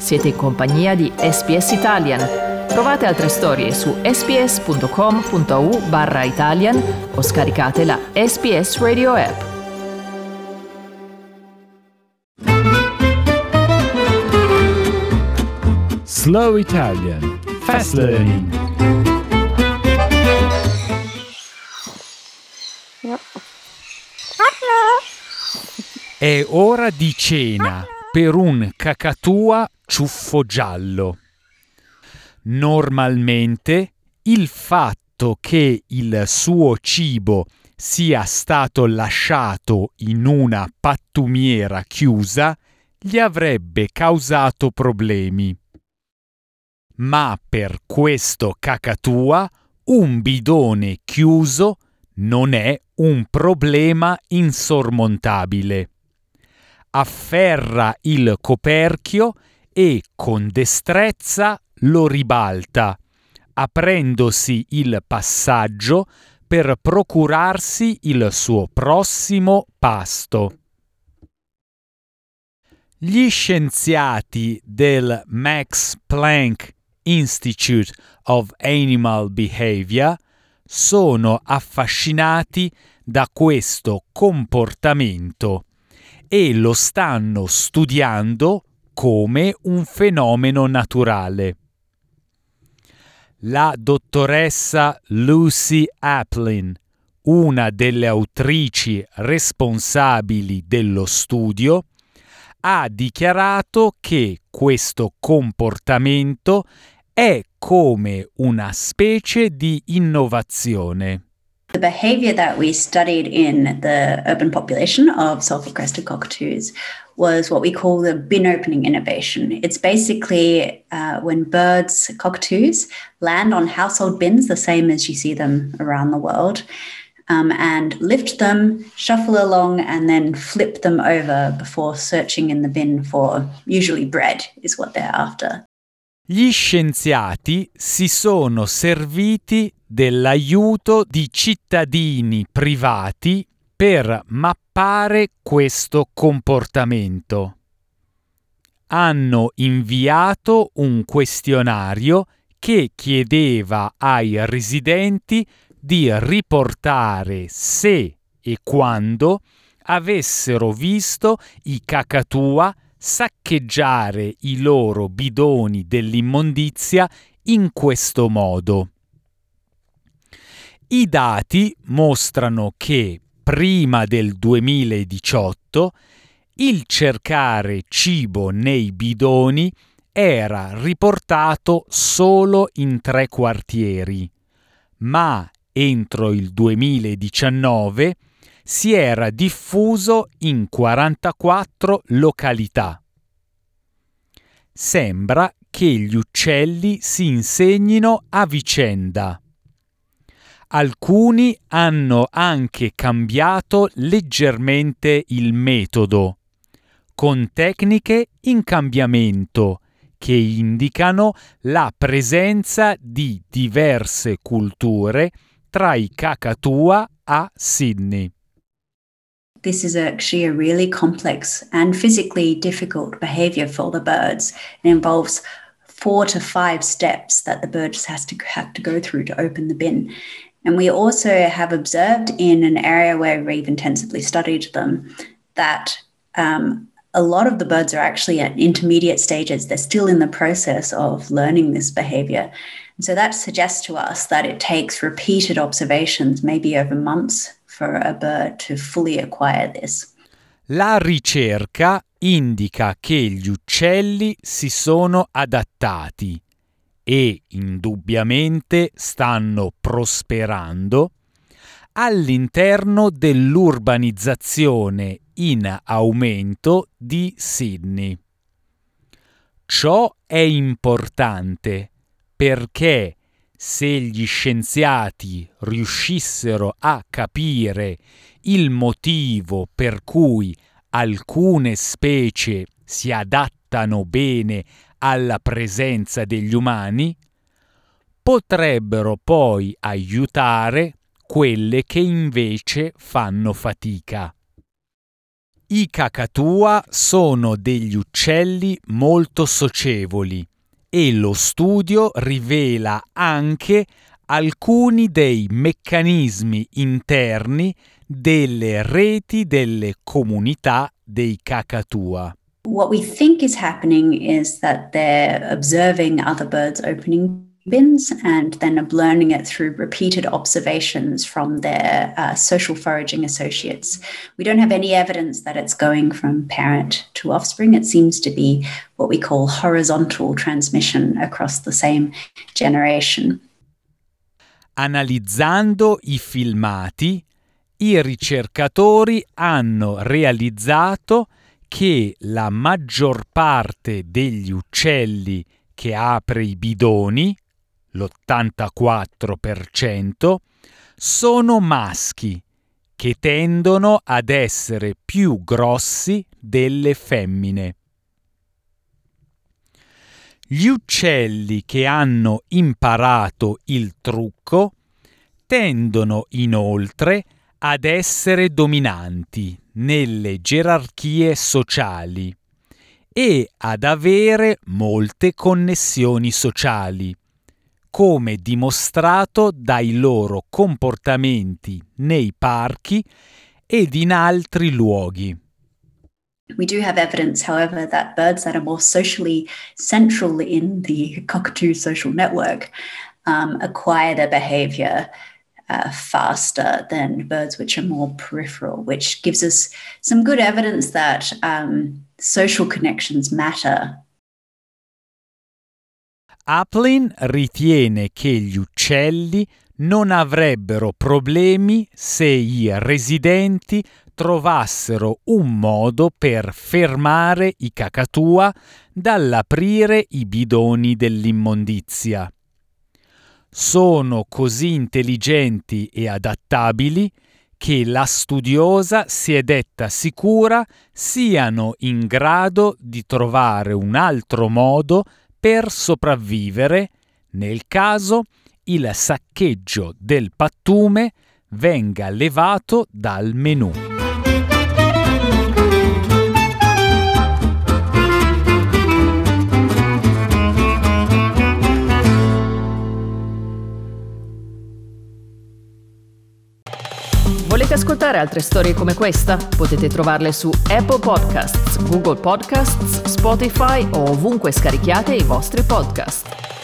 Siete in compagnia di SPS Italian. Trovate altre storie su sps.com.au/Italian o scaricate la SPS Radio app. Slow Italian. Fast Learning. È ora di cena per un cacatua ciuffo giallo. Normalmente il fatto che il suo cibo sia stato lasciato in una pattumiera chiusa gli avrebbe causato problemi. Ma per questo cacatua un bidone chiuso non è un problema insormontabile. Afferra il coperchio e con destrezza lo ribalta, aprendosi il passaggio per procurarsi il suo prossimo pasto. Gli scienziati del Max Planck Institute of Animal Behavior sono affascinati da questo comportamento e lo stanno studiando come un fenomeno naturale. La dottoressa Lucy Aplin, una delle autrici responsabili dello studio, ha dichiarato che questo comportamento è come una specie di innovazione. The behavior that we studied in the urban population of sulphur-crested cockatoos was what we call the bin opening innovation. It's basically when birds, cockatoos, land on household bins, the same as you see them around the world, and lift them, shuffle along, and then flip them over before searching in the bin for usually bread is what they're after. Gli scienziati si sono serviti dell'aiuto di cittadini privati per mappare questo comportamento. Hanno inviato un questionario che chiedeva ai residenti di riportare se e quando avessero visto i cacatua saccheggiare i loro bidoni dell'immondizia in questo modo. I dati mostrano che prima del 2018 il cercare cibo nei bidoni era riportato solo in 3 quartieri, ma entro il 2019 si era diffuso in 44 località. Sembra che gli uccelli si insegnino a vicenda. Alcuni hanno anche cambiato leggermente il metodo, con tecniche in cambiamento che indicano la presenza di diverse culture tra i cacatua a Sydney. This is actually a really complex and physically difficult behavior for the birds. It involves 4 to 5 steps that the bird have to go through to open the bin. And we also have observed in an area where we've intensively studied them that a lot of the birds are actually at intermediate stages. They're still in the process of learning this behavior. And so that suggests to us that it takes repeated observations, maybe over months, for a bird to fully acquire this. La ricerca indica che gli uccelli si sono adattati e indubbiamente stanno prosperando all'interno dell'urbanizzazione in aumento di Sydney. Ciò è importante perché se gli scienziati riuscissero a capire il motivo per cui alcune specie si adattano bene alla presenza degli umani, potrebbero poi aiutare quelle che invece fanno fatica. I cacatua sono degli uccelli molto socievoli e lo studio rivela anche alcuni dei meccanismi interni delle reti delle comunità dei cacatua. What we think is happening is that they're observing other birds opening bins and then learning it through repeated observations from their social foraging associates. We don't have any evidence that it's going from parent to offspring. It seems to be what we call horizontal transmission across the same generation. Analizzando i filmati, i ricercatori hanno realizzato che la maggior parte degli uccelli che apre i bidoni, l'84%, sono maschi che tendono ad essere più grossi delle femmine. Gli uccelli che hanno imparato il trucco tendono inoltre ad essere dominanti nelle gerarchie sociali e ad avere molte connessioni sociali, come dimostrato dai loro comportamenti nei parchi ed in altri luoghi. We do have evidence, however, that birds that are more socially central in the cockatoo social network acquire their behavior faster than birds which are more peripheral, which gives us some good evidence that social connections matter. Aplin ritiene che gli uccelli non avrebbero problemi se i residenti trovassero un modo per fermare i cacatua dall'aprire i bidoni dell'immondizia. Sono così intelligenti e adattabili che la studiosa si è detta sicura siano in grado di trovare un altro modo per sopravvivere nel caso il saccheggio del pattume venga levato dal menù. Volete ascoltare altre storie come questa? Potete trovarle su Apple Podcasts, Google Podcasts, Spotify o ovunque scarichiate i vostri podcast.